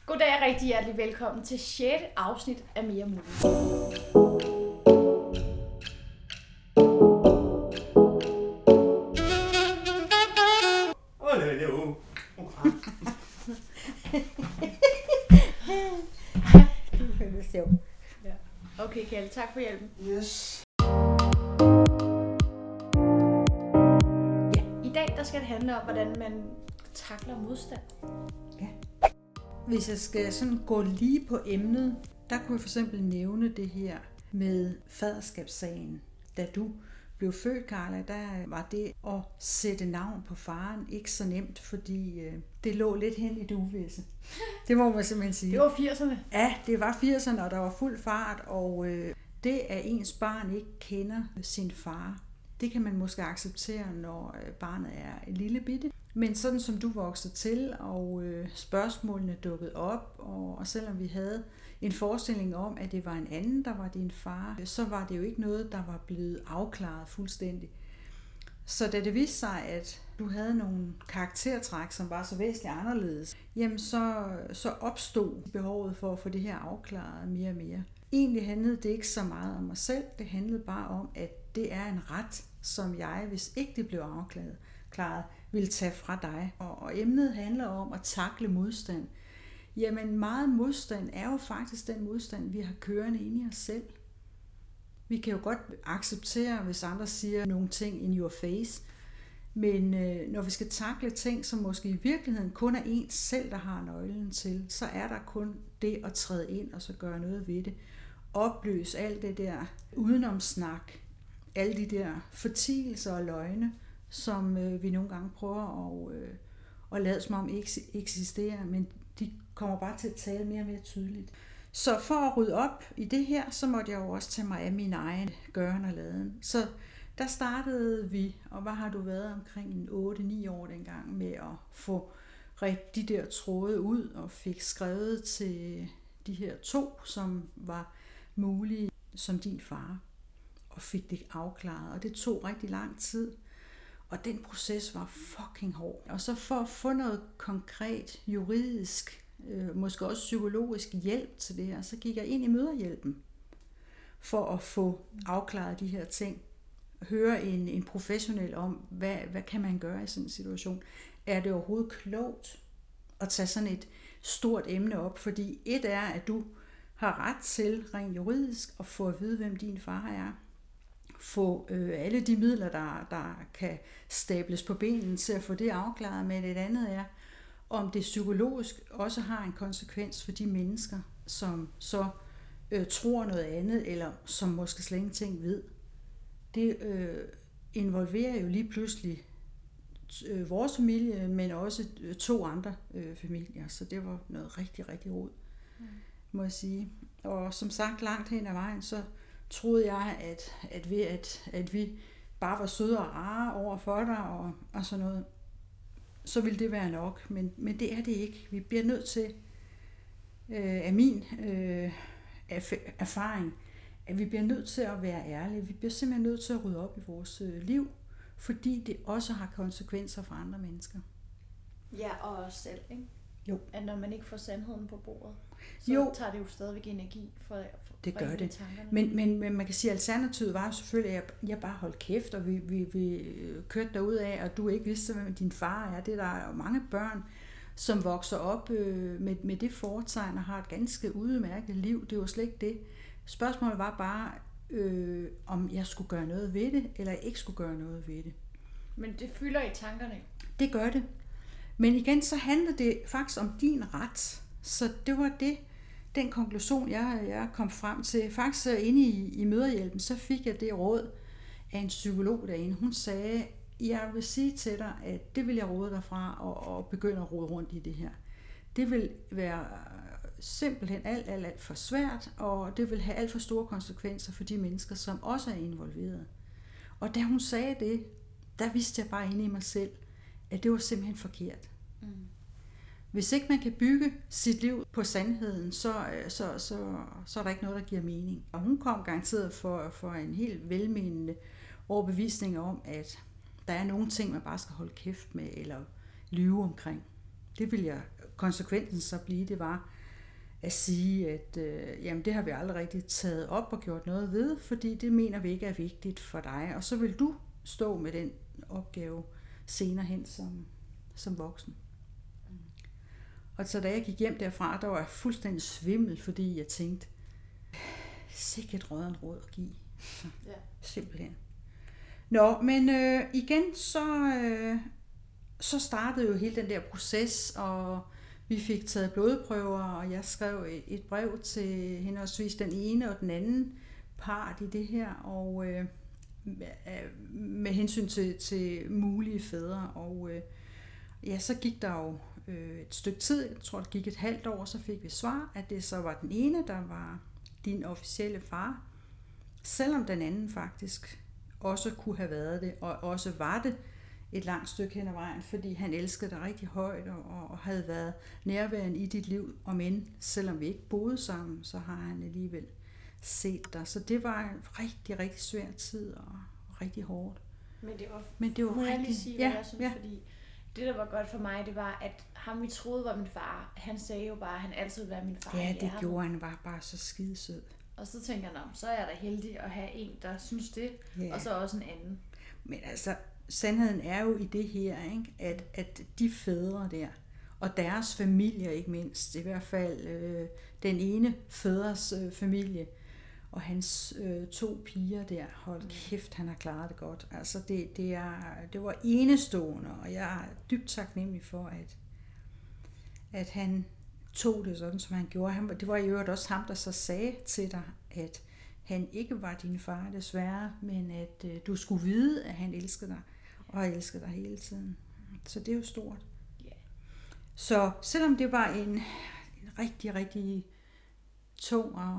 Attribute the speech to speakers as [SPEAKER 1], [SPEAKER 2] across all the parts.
[SPEAKER 1] Goddag og rigtig hjertelig velkommen til 6. afsnit af Mere Muligt.
[SPEAKER 2] Det er sjovt.
[SPEAKER 1] Ja. Okay, Kalle, tak for hjælpen.
[SPEAKER 3] Yes.
[SPEAKER 1] Ja, i dag der skal det handle om, hvordan man takler modstand.
[SPEAKER 2] Ja. Hvis jeg skal sådan gå lige på emnet, der kunne jeg for eksempel nævne det her med faderskabssagen. Da du blev født, Carla, der var det at sætte navn på faren ikke så nemt, fordi det lå lidt hen i det uvisse. Det må man simpelthen sige.
[SPEAKER 1] Det var 80'erne.
[SPEAKER 2] Ja, det var 80'erne, og der var fuld fart, og det, at ens barn ikke kender sin far, det kan man måske acceptere, når barnet er en lille bitte. Men sådan som du voksede til, og spørgsmålene dukkede op, og selvom vi havde en forestilling om, at det var en anden, der var din far, så var det jo ikke noget, der var blevet afklaret fuldstændig. Så da det viste sig, at du havde nogle karaktertræk, som var så væsentligt anderledes, jamen så opstod behovet for at få det her afklaret mere og mere. Egentlig handlede det ikke så meget om mig selv, det handlede bare om, at det er en ret, som jeg, hvis ikke det blev afklaret, ville tage fra dig. Og emnet handler om at takle modstand. Jamen meget modstand er jo faktisk den modstand, vi har kørende inde i os selv. Vi kan jo godt acceptere, hvis andre siger nogle ting in your face, men når vi skal takle ting, som måske i virkeligheden kun er ens selv, der har nøglen til, så er der kun det at træde ind og så gøre noget ved det. Opløse alt det der udenomsnak, alle de der fortielser og løgne, som vi nogle gange prøver at lade som om ikke eksisterer, men de kommer bare til at tale mere og mere tydeligt. Så for at rydde op i det her, så måtte jeg jo også tage mig af min egen gøren og laden. Så der startede vi, og hvad har du været omkring 8-9 år dengang, med at få ret de der tråde ud, og fik skrevet til de her 2, som var mulige som din far, og fik det afklaret. Og det tog rigtig lang tid, og den proces var fucking hård. Og så for at få noget konkret juridisk, måske også psykologisk hjælp til det her, så gik jeg ind i møderhjælpen for at få afklaret de her ting. Høre en professionel om, hvad kan man gøre i sådan en situation. Er det overhovedet klogt at tage sådan et stort emne op? Fordi et er, at du har ret til rent juridisk at få at vide, hvem din far er. Få alle de midler, der kan stables på benene til at få det afklaret, men et andet er, om det psykologisk også har en konsekvens for de mennesker, som så tror noget andet, eller som måske slet ingenting ved. Det involverer jo lige pludselig vores familie, men også 2 andre familier, så det var noget rigtig, rigtig rod, må jeg sige. Og som sagt, langt hen ad vejen, så troede jeg, at vi bare var søde og rare over for dig, og sådan noget, så ville det være nok. Men det er det ikke. Vi bliver nødt til, af min erfaring, at vi bliver nødt til at være ærlige. Vi bliver simpelthen nødt til at rydde op i vores liv, fordi det også har konsekvenser for andre mennesker.
[SPEAKER 1] Ja, og os selv, ikke?
[SPEAKER 2] Jo.
[SPEAKER 1] At når man ikke får sandheden på bordet, så tager det jo stadigvæk energi for
[SPEAKER 2] det gør det.
[SPEAKER 1] Tankerne.
[SPEAKER 2] Men man kan sige, at alternativet var jo selvfølgelig, at jeg bare holdt kæft, og vi kørte derud af, og du ikke vidste, hvem din far er. Det er der jo mange børn, som vokser op med det foretegn og har et ganske udmærket liv. Det var slet ikke det. Spørgsmålet var bare, om jeg skulle gøre noget ved det, eller jeg ikke skulle gøre noget ved det.
[SPEAKER 1] Men det fylder i tankerne. Det
[SPEAKER 2] gør det. Men igen, så handler det faktisk om din ret. Så det var den konklusion, jeg kom frem til. Faktisk inde i møderhjælpen, så fik jeg det råd af en psykolog derinde. Hun sagde, jeg vil sige til dig, at det vil jeg råde dig fra og begynde at rode rundt i det her. Det vil være simpelthen alt for svært, og det vil have alt for store konsekvenser for de mennesker, som også er involveret. Og da hun sagde det, der vidste jeg bare inde i mig selv, at det var simpelthen forkert. Mm. Hvis ikke man kan bygge sit liv på sandheden, så er der ikke noget, der giver mening. Og hun kom garanteret for en helt velmenende overbevisning om, at der er nogle ting, man bare skal holde kæft med, eller lyve omkring. Det vil jeg konsekvensen så blive, det var at sige, at jamen det har vi aldrig rigtig taget op og gjort noget ved, fordi det mener vi ikke er vigtigt for dig. Og så vil du stå med den opgave senere hen som voksen. Og så da jeg gik hjem derfra, der var jeg fuldstændig svimmel, fordi jeg tænkte, sikkert rådden råd at give. Så, simpelthen. Nå, men igen, så startede jo hele den der proces, og vi fik taget blodprøver, og jeg skrev et brev til henholdsvis den ene og den anden part i det her, og med hensyn til mulige fædre. Og så gik der jo et stykke tid, jeg tror det gik et halvt år, så fik vi svar, at det så var den ene, der var din officielle far, selvom den anden faktisk også kunne have været det, og også var det et langt stykke hen ad vejen, fordi han elskede dig rigtig højt, og havde været nærværende i dit liv, og men selvom vi ikke boede sammen, så har han alligevel set dig. Så det var en rigtig, rigtig svær tid, og rigtig hårdt.
[SPEAKER 1] Men det var må rigtig, jeg lige sige, hvad jeg synes, fordi det, der var godt for mig, det var, at ham vi troede var min far, han sagde jo bare, at han altid ville være min far.
[SPEAKER 2] Ja, det gjorde han, var bare så skidesød.
[SPEAKER 1] Og så tænker jeg, så er jeg da heldig at have en, der synes det, og så også en anden.
[SPEAKER 2] Men altså, sandheden er jo i det her, ikke? At de fædre der, og deres familier ikke mindst, i hvert fald den ene fædres familie, og hans 2 piger der, hold kæft, han har klaret det godt. Altså det var enestående, og jeg er dybt taknemmelig for, at han tog det sådan, som han gjorde. Det var i øvrigt også ham, der så sagde til dig, at han ikke var din far desværre, men at du skulle vide, at han elskede dig, og har elsket dig hele tiden. Så det er jo stort. Yeah. Så selvom det var en rigtig, rigtig tung og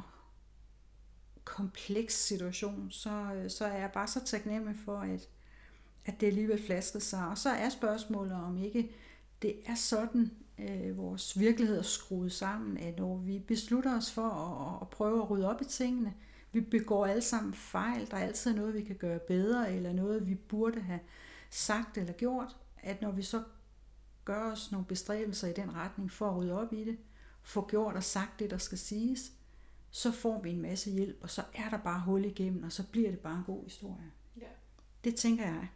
[SPEAKER 2] kompleks situation, så er jeg bare så taknemmelig for, at det alligevel flaskede sig. Og så er spørgsmålet, om ikke det er sådan, vores virkelighed er skruet sammen, at når vi beslutter os for at prøve at rydde op i tingene, vi begår alle sammen fejl, der er altid noget, vi kan gøre bedre, eller noget, vi burde have sagt eller gjort, at når vi så gør os nogle bestræbelser i den retning for at rydde op i det, få gjort og sagt det, der skal siges, så får vi en masse hjælp, og så er der bare hul igennem, og så bliver det bare en god historie. Ja. Det tænker jeg.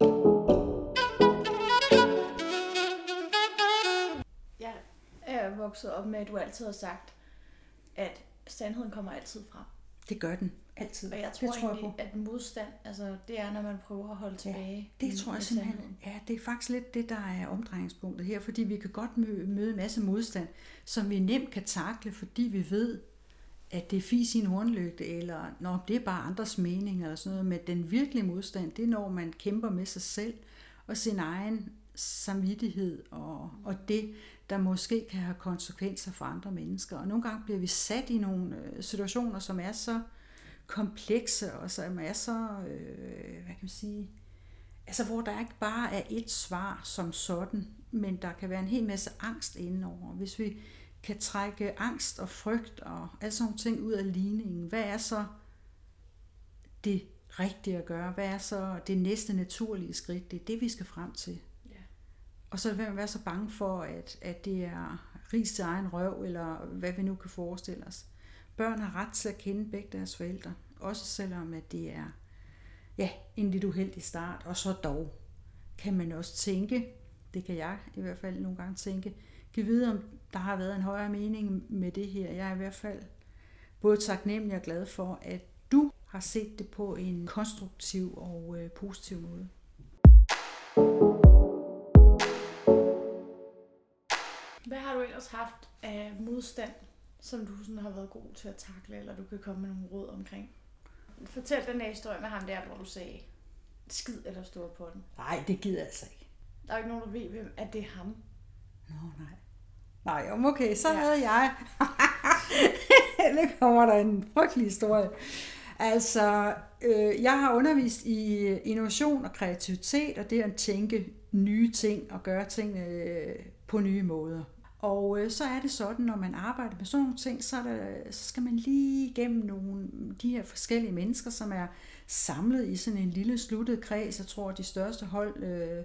[SPEAKER 1] Jeg er vokset op med, at du altid har sagt, at sandheden kommer altid frem.
[SPEAKER 2] Det gør den. Altid.
[SPEAKER 1] Og jeg tror egentlig, at modstand, altså det er, når man prøver at holde tilbage.
[SPEAKER 2] Ja, det tror jeg simpelthen. Ja, det er faktisk lidt det, der er omdrejningspunktet her, fordi vi kan godt møde en masse modstand, som vi nemt kan takle, fordi vi ved, at det er fis i en hornlygte, eller når det er bare andres mening, eller sådan noget. Men den virkelige modstand, det er, når man kæmper med sig selv, og sin egen samvittighed, og det, der måske kan have konsekvenser for andre mennesker. Og nogle gange bliver vi sat i nogle situationer, som er så komplekse, og som er så, hvad kan man sige, altså hvor der ikke bare er et svar som sådan, men der kan være en hel masse angst indenover. Hvis vi kan trække angst og frygt og alle sådan nogle ting ud af ligningen, hvad er så det rigtige at gøre? Hvad er så det næste naturlige skridt? Det er det, vi skal frem til. Yeah. Og så vil man være så bange for, at det er ris til egen røv, eller hvad vi nu kan forestille os. Børn har ret til at kende begge deres forældre, også selvom at det er en lidt uheldig start, og så dog kan man også tænke, det kan jeg i hvert fald nogle gange tænke, kan vide, om der har været en højere mening med det her. Jeg er i hvert fald både taknemmelig og glad for, at du har set det på en konstruktiv og positiv måde.
[SPEAKER 1] Hvad har du ellers haft af modstand, som du sådan har været god til at takle, eller du kan komme med nogle råd omkring? Fortæl den her historie med ham der, hvor du sagde, skid eller stå på den.
[SPEAKER 2] Nej, det gider jeg altså ikke.
[SPEAKER 1] Der er ikke nogen, der ved, hvem at det er ham.
[SPEAKER 2] Nej. Nej, okay, så havde jeg. Det kommer der en frygtelig historie. Altså, jeg har undervist i innovation og kreativitet, og det at tænke nye ting og gøre ting på nye måder. Og så er det sådan, når man arbejder med sådan nogle ting, så skal man lige igennem de her forskellige mennesker, som er samlet i sådan en lille sluttet kreds. Jeg tror, de største hold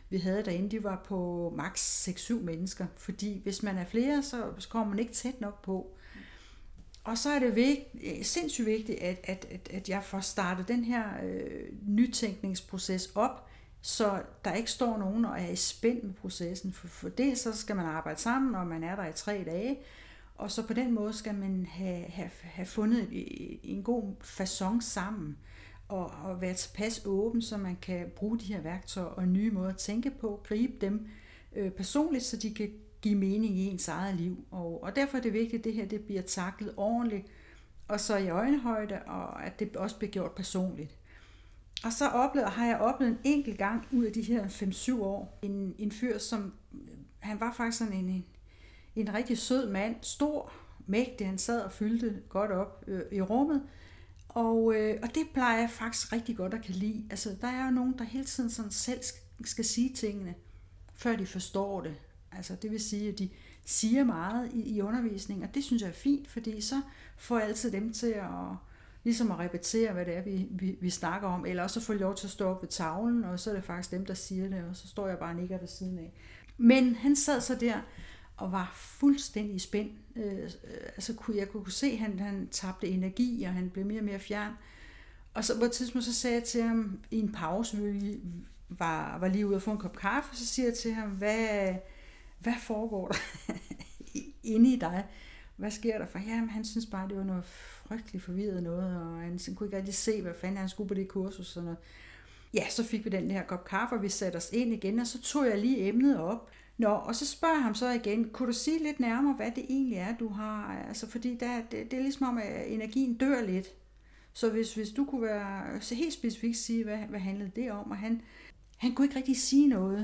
[SPEAKER 2] vi havde derinde, de var på maks 6-7 mennesker, fordi hvis man er flere, så kommer man ikke tæt nok på. Og så er det sindssygt vigtigt, at jeg får startet den her nytænkningsproces op, så der ikke står nogen og er i spænd med processen. For det så skal man arbejde sammen, og man er der i 3 dage, og så på den måde skal man have fundet en god facon sammen, og være tilpas åben, så man kan bruge de her værktøjer og nye måder at tænke på, gribe dem personligt, så de kan give mening i ens eget liv. Og derfor er det vigtigt, at det her det bliver taklet ordentligt, og så i øjenhøjde, og at det også bliver gjort personligt. Og så har jeg oplevet en enkelt gang ud af de her 5-7 år, en fyr, som han var faktisk sådan en rigtig sød mand, stor, mægtig, han sad og fyldte godt op i rummet, og det plejer jeg faktisk rigtig godt at kan lide. Altså, der er jo nogen, der hele tiden sådan selv skal sige tingene, før de forstår det. Altså, det vil sige, at de siger meget i undervisning, og det synes jeg er fint, fordi så får jeg altid dem til ligesom at repetere, hvad det er, vi snakker om, eller også få lov til at stå op ved tavlen, og så er det faktisk dem, der siger det, og så står jeg bare og nikker ved siden af. Men han sad så der og var fuldstændig i spænd. Jeg kunne se, at han tabte energi, og han blev mere og mere fjern. Og så på et tidspunkt, så sagde jeg til ham, i en pause, vi var lige ude at få en kop kaffe, så siger jeg til ham, hvad foregår der inde i dig? Hvad sker der for? Jamen, han synes bare, det var noget frygteligt forvirret noget, og han kunne ikke rigtig se, hvad fanden han skulle på det kursus. Sådan noget. Ja, så fik vi den her kop kaffe, og vi satte os ind igen, og så tog jeg lige emnet op. Og så spørger jeg ham så igen, kunne du sige lidt nærmere, hvad det egentlig er, du har? Altså, fordi det er ligesom om, at energien dør lidt. Så hvis du kunne være så helt specifikt sige, hvad handlede det om? Og han kunne ikke rigtig sige noget.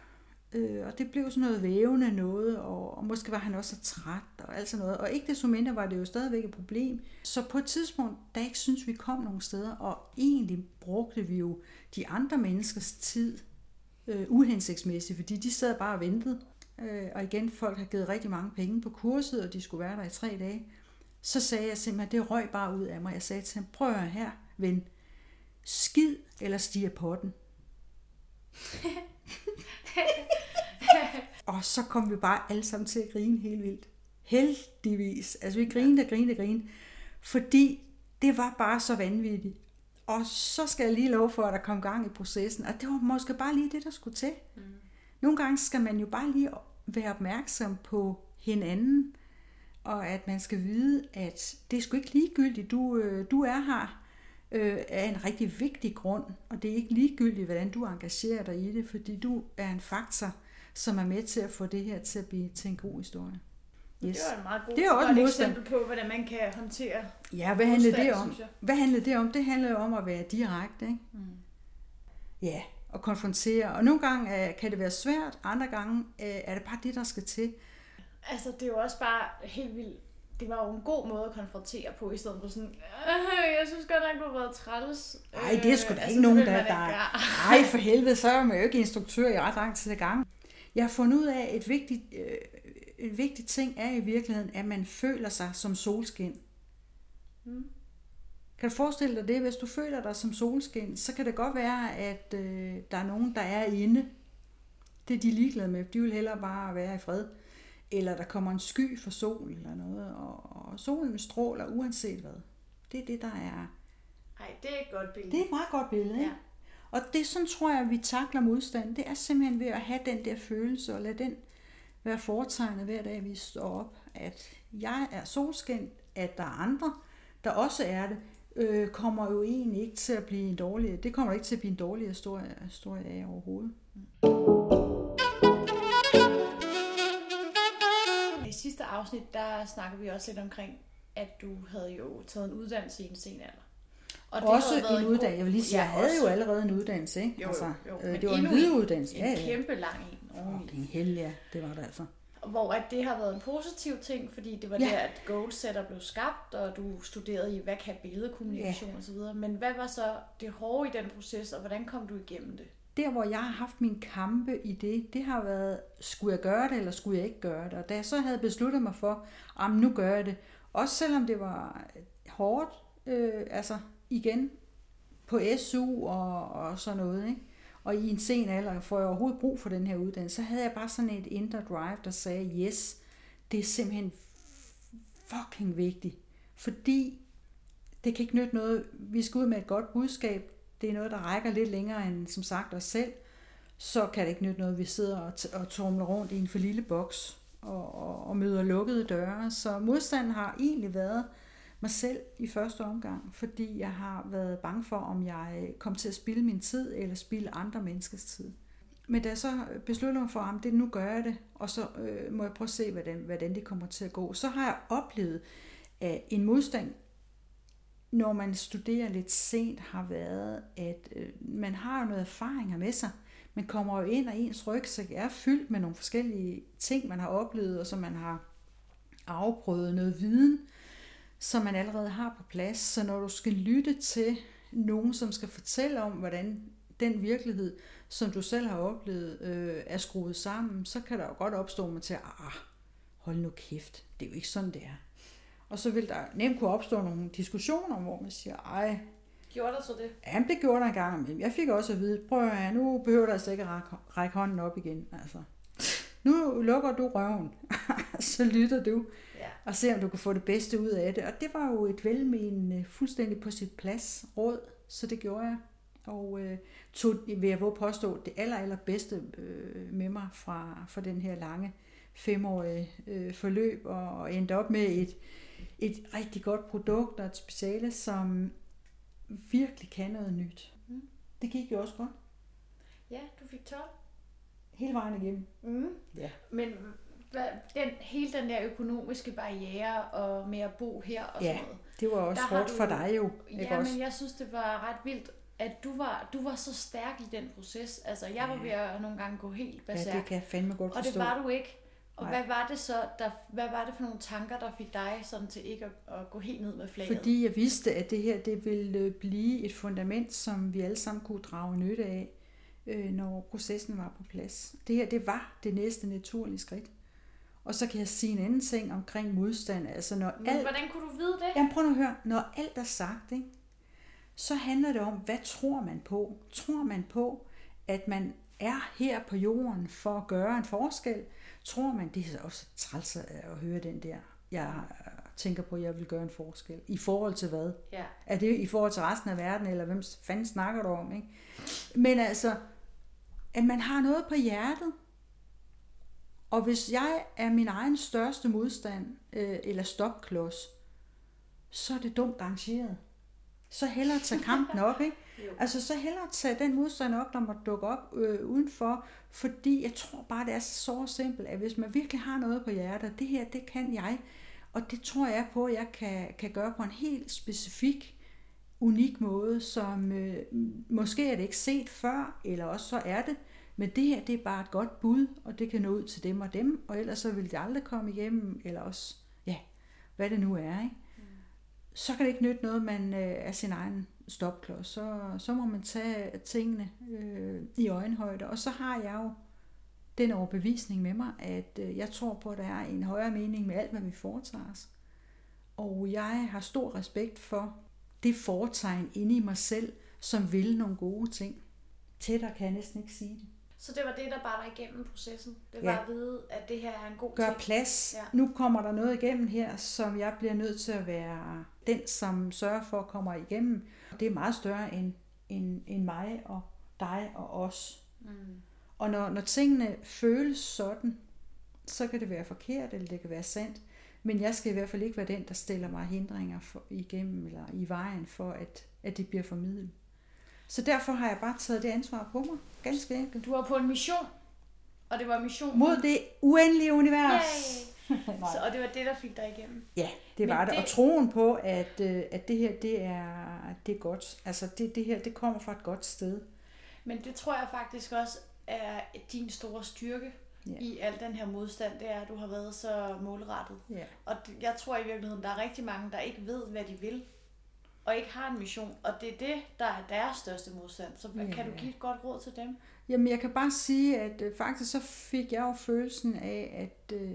[SPEAKER 2] Og det blev sådan noget vævende noget, og måske var han også så træt og alt sådan noget. Og ikke desto mindre var det jo stadigvæk et problem. Så på et tidspunkt, da jeg ikke synes vi kom nogen steder, og egentlig brugte vi jo de andre menneskers tid uhensigtsmæssigt, fordi de sad bare og ventede. Og igen, folk har givet rigtig mange penge på kurset, og de skulle være der i 3 dage. Så sagde jeg simpelthen, det røg bare ud af mig. Jeg sagde til ham, prøv her, ven. Skid eller stiger potten. Og så kom vi bare alle sammen til at grine helt vildt. Heldigvis. Altså vi grinede. Fordi det var bare så vanvittigt. Og så skal jeg lige love for, at der kom gang i processen. Og det var måske bare lige det, der skulle til. Nogle gange skal man jo bare lige være opmærksom på hinanden. Og at man skal vide, at det er sgu ikke ligegyldigt. Du er her af en rigtig vigtig grund. Og det er ikke ligegyldigt, hvordan du engagerer dig i det. Fordi du er en faktor, som er med til at få det her til at blive til en god historie.
[SPEAKER 1] Yes. Det var et meget
[SPEAKER 2] godt
[SPEAKER 1] eksempel på, hvordan man kan håndtere.
[SPEAKER 2] Ja, hvad handlede det om? Hvad handlede det om? Det handlede om at være direkte, ikke? Ja, og konfrontere. Og nogle gange kan det være svært, andre gange er det bare det, der skal til.
[SPEAKER 1] Altså, det er jo også bare helt vildt. Det var jo en god måde at konfrontere på, i stedet for sådan, jeg synes godt nok, du har været træls.
[SPEAKER 2] Nej, det er sgu da ikke nogen, der... Nej, for helvede, så er man jo ikke instruktør i ret lang tid ad gangen. Jeg har fundet ud af, at en vigtig ting er i virkeligheden, at man føler sig som solskin. Kan du forestille dig det? Hvis du føler dig som solskin, så kan det godt være, at der er nogen, der er inde. Det er de ligeglade med. De vil hellere bare være i fred. Eller der kommer en sky for sol eller noget, og solen stråler uanset hvad. Det er det, der er...
[SPEAKER 1] Ej, det er et godt billede.
[SPEAKER 2] Det er et meget godt billede, ikke? Ja. Og det sådan tror jeg, at vi takler modstand. Det er simpelthen ved at have den der følelse, og lade den være foretegnet hver dag, vi står op. At jeg er solskin, at der er andre, der også er det, kommer jo egentlig ikke til at blive en dårlig... Det kommer ikke til at blive en dårlig historie af overhovedet.
[SPEAKER 1] I sidste afsnit, der snakkede vi også lidt omkring, at du havde jo taget en uddannelse i en sen alder.
[SPEAKER 2] Og det også en uddannelse. Jeg vil lige sige, jeg havde jo allerede en uddannelse, ikke?
[SPEAKER 1] Jo,
[SPEAKER 2] det var en videreuddannelse.
[SPEAKER 1] En kæmpe lang en.
[SPEAKER 2] En hel, ja, det var det altså.
[SPEAKER 1] Hvor at det har været en positiv ting, fordi det var der, at goalsetter blev skabt, og du studerede i, hvad kan billedkommunikation og så videre. Men hvad var så det hårde i den proces, og hvordan kom du igennem det?
[SPEAKER 2] Der, hvor jeg har haft min kampe i det har været, skulle jeg gøre det, eller skulle jeg ikke gøre det? Og da jeg så havde besluttet mig for, nu gør jeg det. Også selvom det var hårdt, igen på SU og sådan noget, ikke? og i en sen alder får jeg overhovedet brug for den her uddannelse, så havde jeg bare sådan et indre drive, der sagde, yes, det er simpelthen fucking vigtigt. Fordi det kan ikke nytte noget, vi skal ud med et godt budskab, det er noget, der rækker lidt længere end som sagt os selv, så kan det ikke nytte noget, vi sidder og tumler rundt i en for lille boks og møder lukkede døre. Så modstanden har egentlig været mig selv i første omgang, fordi jeg har været bange for, om jeg kom til at spilde min tid, eller spilde andre menneskers tid. Men da jeg så besluttede mig for, at det nu gør jeg det, og så må jeg prøve at se, hvordan det kommer til at gå, så har jeg oplevet, at en modstand, når man studerer lidt sent, har været, at man har jo noget erfaringer med sig. Man kommer jo ind, og ens rygsæk er fyldt med nogle forskellige ting, man har oplevet, og som man har afprøvet, noget viden, som man allerede har på plads. Så når du skal lytte til nogen, som skal fortælle om, hvordan den virkelighed, som du selv har oplevet, er skruet sammen, så kan der jo godt opstå mig til, hold nu kæft, det er jo ikke sådan, det er. Og så vil der nemt kunne opstå nogle diskussioner, hvor man siger,
[SPEAKER 1] gjorde der så det?
[SPEAKER 2] Jamen, det gjorde der en gang imellem. Jeg fik også at vide, prøv at nu behøver der altså ikke at række hånden op igen. Altså. Nu lukker du røven, så lytter du, og ser, om du kan få det bedste ud af det. Og det var jo et velmenende, fuldstændig på sit plads råd, så det gjorde jeg. Og vil jeg våge påstå, det allerbedste med mig fra den her lange 5-årige forløb, og endte op med et rigtig godt produkt og et speciale, som virkelig kan noget nyt. Det gik jo også godt.
[SPEAKER 1] Ja, du fik 12.
[SPEAKER 2] Hele vejen igennem. Ja.
[SPEAKER 1] Men hele den der økonomiske barriere og med at bo her og sådan noget.
[SPEAKER 2] Det var også hårdt for dig jo.
[SPEAKER 1] Ja, men jeg synes, det var ret vildt, at du var så stærk i den proces. Altså, jeg var ved at nogle gange gå helt berserk.
[SPEAKER 2] Ja, det kan jeg fandme godt forstå.
[SPEAKER 1] Og det var du ikke. Og hvad var det for nogle tanker, der fik dig sådan til ikke at gå helt ned med flaget?
[SPEAKER 2] Fordi jeg vidste, at det her det ville blive et fundament, som vi alle sammen kunne drage nytte af, når processen var på plads. Det her, det var det næste naturlige skridt. Og så kan jeg sige en anden ting omkring modstand. Altså,
[SPEAKER 1] hvordan kunne du vide det?
[SPEAKER 2] Jamen prøv nu at høre. Når alt er sagt, ikke, så handler det om, hvad tror man på? Tror man på, at man er her på jorden for at gøre en forskel? Tror man, det er også træls at høre den der, jeg tænker på, at jeg vil gøre en forskel. I forhold til hvad?
[SPEAKER 1] Ja.
[SPEAKER 2] Er det i forhold til resten af verden, eller hvem fanden snakker du om? Ikke? Men altså, at man har noget på hjertet. Og hvis jeg er min egen største modstand, eller stopklods, så er det dumt arrangeret. Så hellere tage kampen op, ikke? Altså så hellere tage den modstand op, der må dukke op udenfor, fordi jeg tror bare, det er så simpelt, at hvis man virkelig har noget på hjertet, det her, det kan jeg, og det tror jeg på, at jeg kan gøre på en helt specifik, unik måde, som måske er det ikke set før, eller også så er det, men det her, det er bare et godt bud, og det kan nå ud til dem og dem, og ellers så vil de aldrig komme igennem, eller også, hvad det nu er, ikke? Så kan det ikke nytte noget, man er sin egen stopklods. Så må man tage tingene i øjenhøjde. Og så har jeg jo den overbevisning med mig, at jeg tror på, at der er en højere mening med alt, hvad vi foretager os. Og jeg har stor respekt for det foretegn inde i mig selv, som vil nogle gode ting. Tættere kan jeg næsten ikke sige det.
[SPEAKER 1] Så det var det, der bar dig igennem processen? Det var at vide, at det her er en god ting?
[SPEAKER 2] Gør plads. Ja. Nu kommer der noget igennem her, som jeg bliver nødt til at være den, som sørger for at komme igennem. Det er meget større end mig og dig og os. Og når tingene føles sådan, så kan det være forkert, eller det kan være sandt. Men jeg skal i hvert fald ikke være den, der stiller mig hindringer igennem, eller i vejen for, at det bliver formidlet. Så derfor har jeg bare taget det ansvar på mig. Ganske enkelt.
[SPEAKER 1] Du var på en mission, og det var mission
[SPEAKER 2] mod det uendelige univers.
[SPEAKER 1] Og det var det, der fik dig igennem.
[SPEAKER 2] Ja, det var det. Og troen på, at det her, det er godt. Altså det her, det kommer fra et godt sted.
[SPEAKER 1] Men det tror jeg faktisk også er din store styrke i al den her modstand. Det er, at du har været så målrettet.
[SPEAKER 2] Ja.
[SPEAKER 1] Og jeg tror i virkeligheden, der er rigtig mange, der ikke ved, hvad de vil. Og ikke har en mission, og det er det, der er deres største modstand. Så kan du give et godt råd til dem?
[SPEAKER 2] Jamen, jeg kan bare sige, at faktisk så fik jeg jo følelsen af,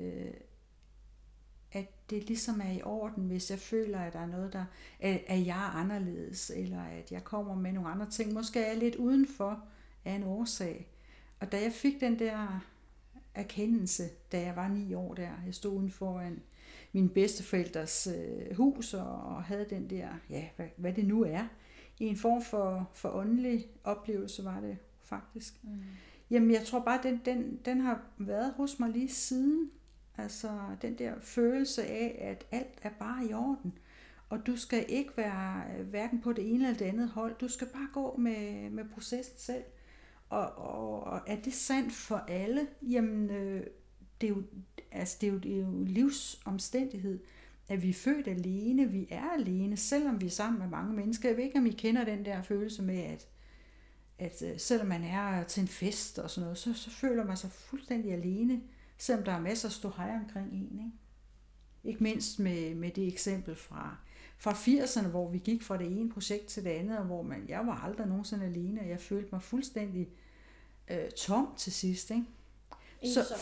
[SPEAKER 2] at det ligesom er i orden, hvis jeg føler, at der er noget, der at jeg er anderledes, eller at jeg kommer med nogle andre ting. Måske er jeg lidt udenfor, af en årsag. Og da jeg fik den der erkendelse, da jeg var 9 år der, jeg stod uden foran mine bedsteforældres hus og havde den der, ja, hvad det nu er, i en form for åndelig oplevelse var det faktisk. Jamen jeg tror bare, den har været hos mig lige siden. Altså den der følelse af, at alt er bare i orden. Og du skal ikke være hverken på det ene eller det andet hold. Du skal bare gå med processen selv. Og er det sandt for alle? Jamen, det er jo livsomstændighed, at vi er født alene. Vi er alene, selvom vi er sammen med mange mennesker. Jeg ved ikke, om I kender den der følelse med, at selvom man er til en fest og sådan noget, så føler man sig fuldstændig alene, selvom der er masser af ståhej omkring en. Ikke mindst med det eksempel fra 80'erne, hvor vi gik fra det ene projekt til det andet, og hvor jeg var aldrig nogensinde alene, og jeg følte mig fuldstændig tom til sidst. Ikke? Så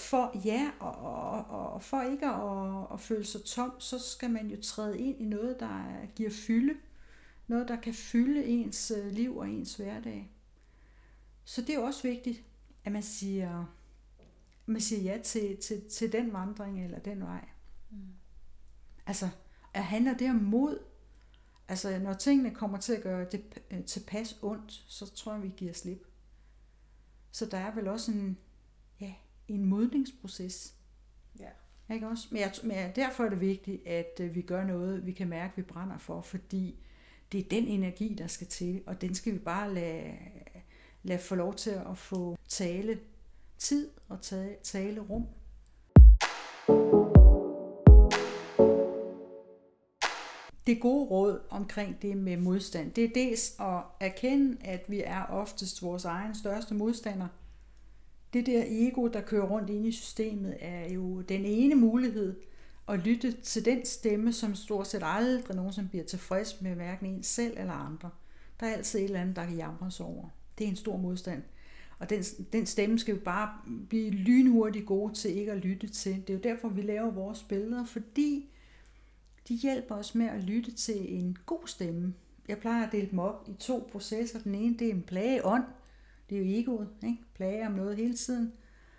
[SPEAKER 2] for ikke at føle sig tom, så skal man jo træde ind i noget, der giver fylde. Noget, der kan fylde ens liv og ens hverdag. Så det er også vigtigt, at man siger ja til den vandring eller den vej. Altså, at handler det om mod. Altså, når tingene kommer til at gøre det tilpas ondt, så tror jeg, vi giver slip. Så der er vel også en modningsproces. Ja. Ikke også? Men derfor er det vigtigt, at vi gør noget, vi kan mærke, vi brænder for, fordi det er den energi, der skal til, og den skal vi bare lade få lov til at få tale tid og tale rum. Det gode råd omkring det med modstand, det er dels at erkende, at vi er oftest vores egen største modstander. Det der ego, der kører rundt inde i systemet, er jo den ene mulighed at lytte til den stemme, som stort set aldrig nogensinde bliver tilfreds med hverken en selv eller andre. Der er altid et eller andet, der kan jamres over. Det er en stor modstand. Og den stemme skal vi bare blive lynhurtigt gode til ikke at lytte til. Det er jo derfor, vi laver vores billeder, fordi de hjælper os med at lytte til en god stemme. Jeg plejer at dele dem op i 2 processer. Den ene, det er en plageånd. Det er jo egoet, ikke? Plager om noget hele tiden.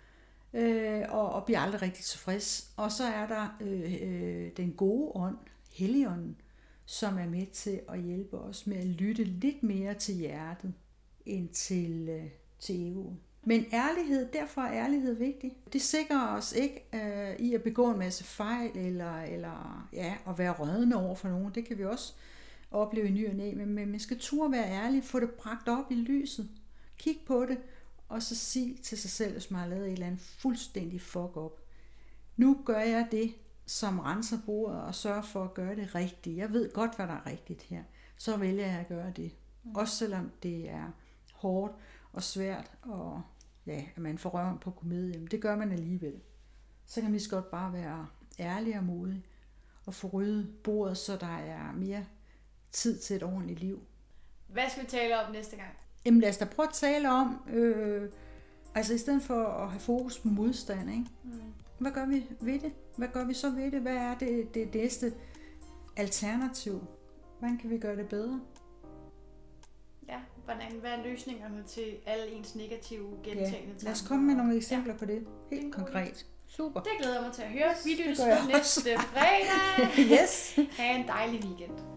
[SPEAKER 2] Og bliver aldrig rigtig tilfreds. Og så er der den gode ånd, Helligånden, som er med til at hjælpe os med at lytte lidt mere til hjertet, end til egoet. Men ærlighed, derfor er ærlighed vigtig. Det sikrer os ikke i at begå en masse fejl, eller at være rødende over for nogen. Det kan vi også opleve i ny og næ, men man skal turde være ærlig, få det bragt op i lyset. Kig på det, og så sig til sig selv, hvis man har lavet et eller andet fuldstændig fuck up. Nu gør jeg det, som renser bordet, og sørger for at gøre det rigtigt. Jeg ved godt, hvad der er rigtigt her. Så vælger jeg at gøre det. Også selvom det er hårdt og svært, og at man får røven på komedien. Det gør man alligevel. Så kan man lige så godt bare være ærlig og modig, og få ryddet bordet, så der er mere tid til et ordentligt liv.
[SPEAKER 1] Hvad skal vi tale om næste gang?
[SPEAKER 2] Jamen lad os da prøve at tale om, altså i stedet for at have fokus på modstand, ikke? Hvad gør vi ved det? Hvad gør vi så ved det? Hvad er det næste alternativ? Hvordan kan vi gøre det bedre?
[SPEAKER 1] Ja, hvad er løsningerne til alle ens negative gentagende tanker?
[SPEAKER 2] Lad os komme med nogle eksempler på det. Helt konkret. Super.
[SPEAKER 1] Det glæder mig til at høre. Vi lyttes næste fredag.
[SPEAKER 2] Yes.
[SPEAKER 1] Ha' en dejlig weekend.